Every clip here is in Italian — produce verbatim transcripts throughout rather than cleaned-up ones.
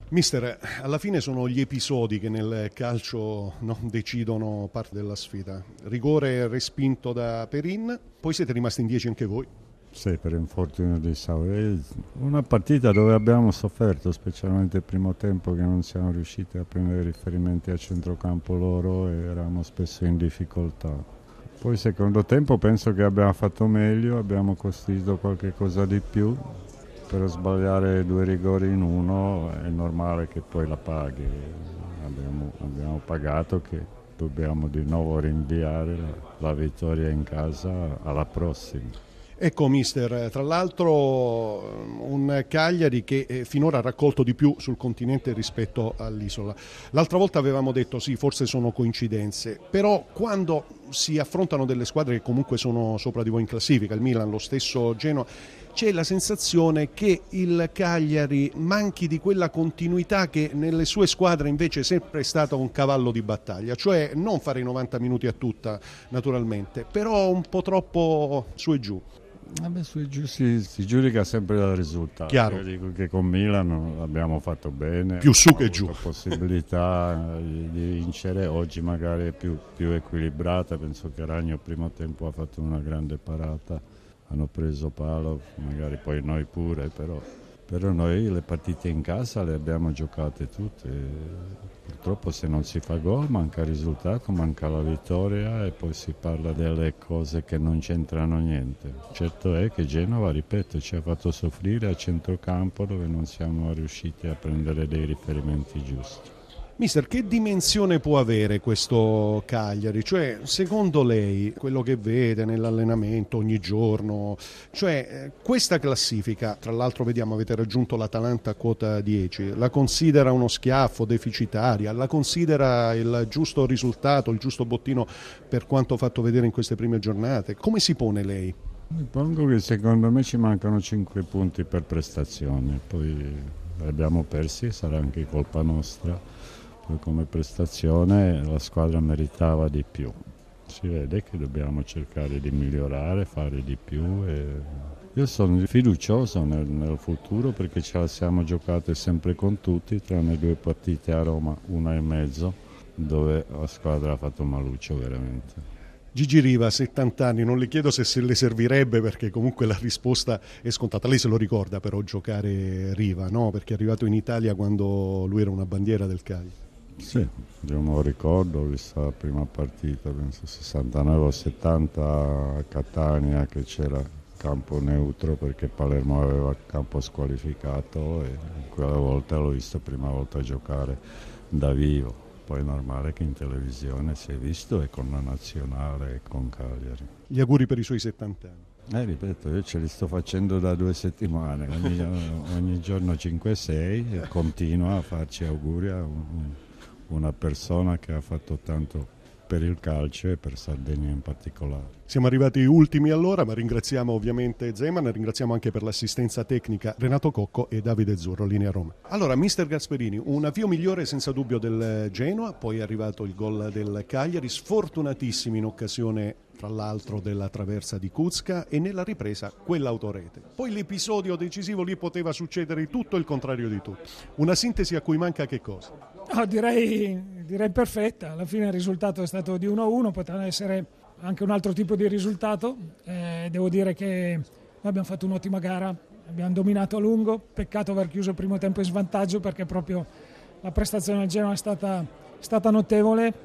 Mister, alla fine sono gli episodi che nel calcio, no, decidono parte della sfida. Rigore respinto da Perin, poi siete rimasti in dieci anche voi. Sì, per infortunio di Sauri. Una partita dove abbiamo sofferto, specialmente il primo tempo, che non siamo riusciti a prendere riferimenti a centrocampo loro e eravamo spesso in difficoltà. Poi il secondo tempo penso che abbiamo fatto meglio, abbiamo costruito qualche cosa di più. Per sbagliare due rigori in uno è normale che poi la paghi. Abbiamo, abbiamo pagato che dobbiamo di nuovo rinviare la, la vittoria in casa alla prossima. Ecco mister, tra l'altro un Cagliari che finora ha raccolto di più sul continente rispetto all'isola. L'altra volta avevamo detto sì, forse sono coincidenze, però quando si affrontano delle squadre che comunque sono sopra di voi in classifica, il Milan, lo stesso Genoa, c'è la sensazione che il Cagliari manchi di quella continuità che nelle sue squadre invece è sempre stato un cavallo di battaglia, cioè non fare i novanta minuti a tutta naturalmente, però un po' troppo su e giù. Vabbè, su e giù si, si giudica sempre dal risultato. Chiaro. Io dico che con Milan abbiamo fatto bene, più su che giù, possibilità di vincere. Oggi magari è più, più equilibrata, penso che Ragno primo tempo ha fatto una grande parata, hanno preso palo, magari poi noi pure, però, però noi le partite in casa le abbiamo giocate tutte. Purtroppo se non si fa gol manca il risultato, manca la vittoria e poi si parla delle cose che non c'entrano niente. Certo è che Genova, ripeto, ci ha fatto soffrire a centrocampo dove non siamo riusciti a prendere dei riferimenti giusti. Mister, che dimensione può avere questo Cagliari? Cioè, secondo lei, quello che vede nell'allenamento ogni giorno, cioè questa classifica, tra l'altro vediamo avete raggiunto l'Atalanta a quota dieci, la considera uno schiaffo, deficitaria, la considera il giusto risultato, il giusto bottino per quanto fatto vedere in queste prime giornate? Come si pone lei? Mi pongo che secondo me ci mancano cinque punti per prestazione, poi li abbiamo persi, sarà anche colpa nostra. Come prestazione la squadra meritava di più, si vede che dobbiamo cercare di migliorare, fare di più e io sono fiducioso nel, nel futuro perché ce la siamo giocate sempre con tutti, tranne due partite a Roma, una e mezzo, dove la squadra ha fatto maluccio veramente. Gigi Riva, settanta anni, non le chiedo se se le servirebbe perché comunque la risposta è scontata. Lei se lo ricorda però giocare Riva, no? Perché è arrivato in Italia quando lui era una bandiera del Cagliari. Sì, io me lo ricordo, ho visto la prima partita, penso sessantanove o settanta a Catania che c'era campo neutro perché Palermo aveva campo squalificato e quella volta l'ho visto prima volta giocare da vivo. Poi è normale che in televisione si è visto e con la nazionale e con Cagliari. Gli auguri per i suoi settanta anni. Eh, ripeto, io ce li sto facendo da due settimane, ogni, ogni giorno cinque sei e continuo a farci auguri a un, una persona che ha fatto tanto per il calcio e per Sardegna in particolare. Siamo arrivati ultimi allora, ma ringraziamo ovviamente Zeman, ringraziamo anche per l'assistenza tecnica Renato Cocco e Davide Zurro, linea Roma. Allora, mister Gasperini, un avvio migliore senza dubbio del Genoa, poi è arrivato il gol del Cagliari, sfortunatissimi in occasione tra l'altro della traversa di Kuzka e nella ripresa quell'autorete. Poi l'episodio decisivo lì poteva succedere tutto il contrario di tutto. Una sintesi a cui manca che cosa? No, direi, direi perfetta, alla fine il risultato è stato di uno a uno, poteva essere anche un altro tipo di risultato, eh, devo dire che noi abbiamo fatto un'ottima gara, abbiamo dominato a lungo, peccato aver chiuso il primo tempo in svantaggio perché proprio la prestazione del Genoa è stata, stata notevole.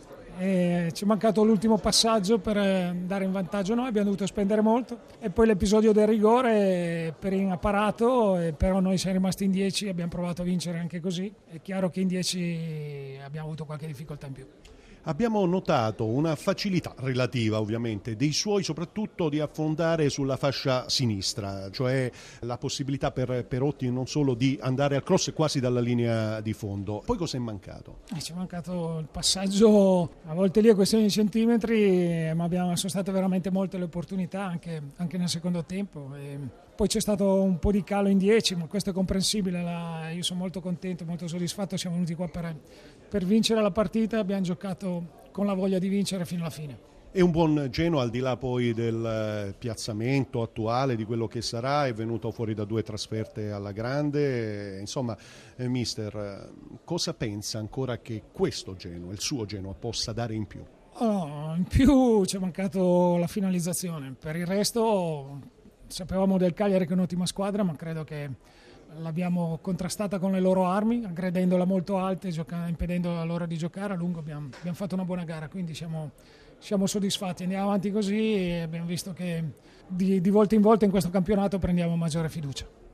E ci è mancato l'ultimo passaggio per andare in vantaggio noi, abbiamo dovuto spendere molto e poi l'episodio del rigore per in apparato, però noi siamo rimasti in dieci, abbiamo provato a vincere anche così, è chiaro che in dieci abbiamo avuto qualche difficoltà in più. Abbiamo notato una facilità relativa ovviamente dei suoi soprattutto di affondare sulla fascia sinistra, cioè la possibilità per Perotti non solo di andare al cross quasi dalla linea di fondo. Poi cosa è mancato? Eh, ci è mancato il passaggio, a volte lì è questione di centimetri, ma abbiamo, sono state veramente molte le opportunità anche, anche nel secondo tempo. E poi c'è stato un po' di calo in dieci, ma questo è comprensibile, la, io sono molto contento, molto soddisfatto, siamo venuti qua per, per vincere la partita, abbiamo giocato con la voglia di vincere fino alla fine. È un buon Genoa, al di là poi del piazzamento attuale, di quello che sarà, è venuto fuori da due trasferte alla grande. Insomma, eh, mister, cosa pensa ancora che questo Genoa, il suo Genoa, possa dare in più? Oh, in più ci è mancato la finalizzazione, per il resto sapevamo del Cagliari che è un'ottima squadra, ma credo che l'abbiamo contrastata con le loro armi, aggredendola molto alte, gioca- impedendo a loro di giocare. A lungo abbiamo, abbiamo fatto una buona gara, quindi siamo, siamo soddisfatti, andiamo avanti così e abbiamo visto che di, di volta in volta in questo campionato prendiamo maggiore fiducia.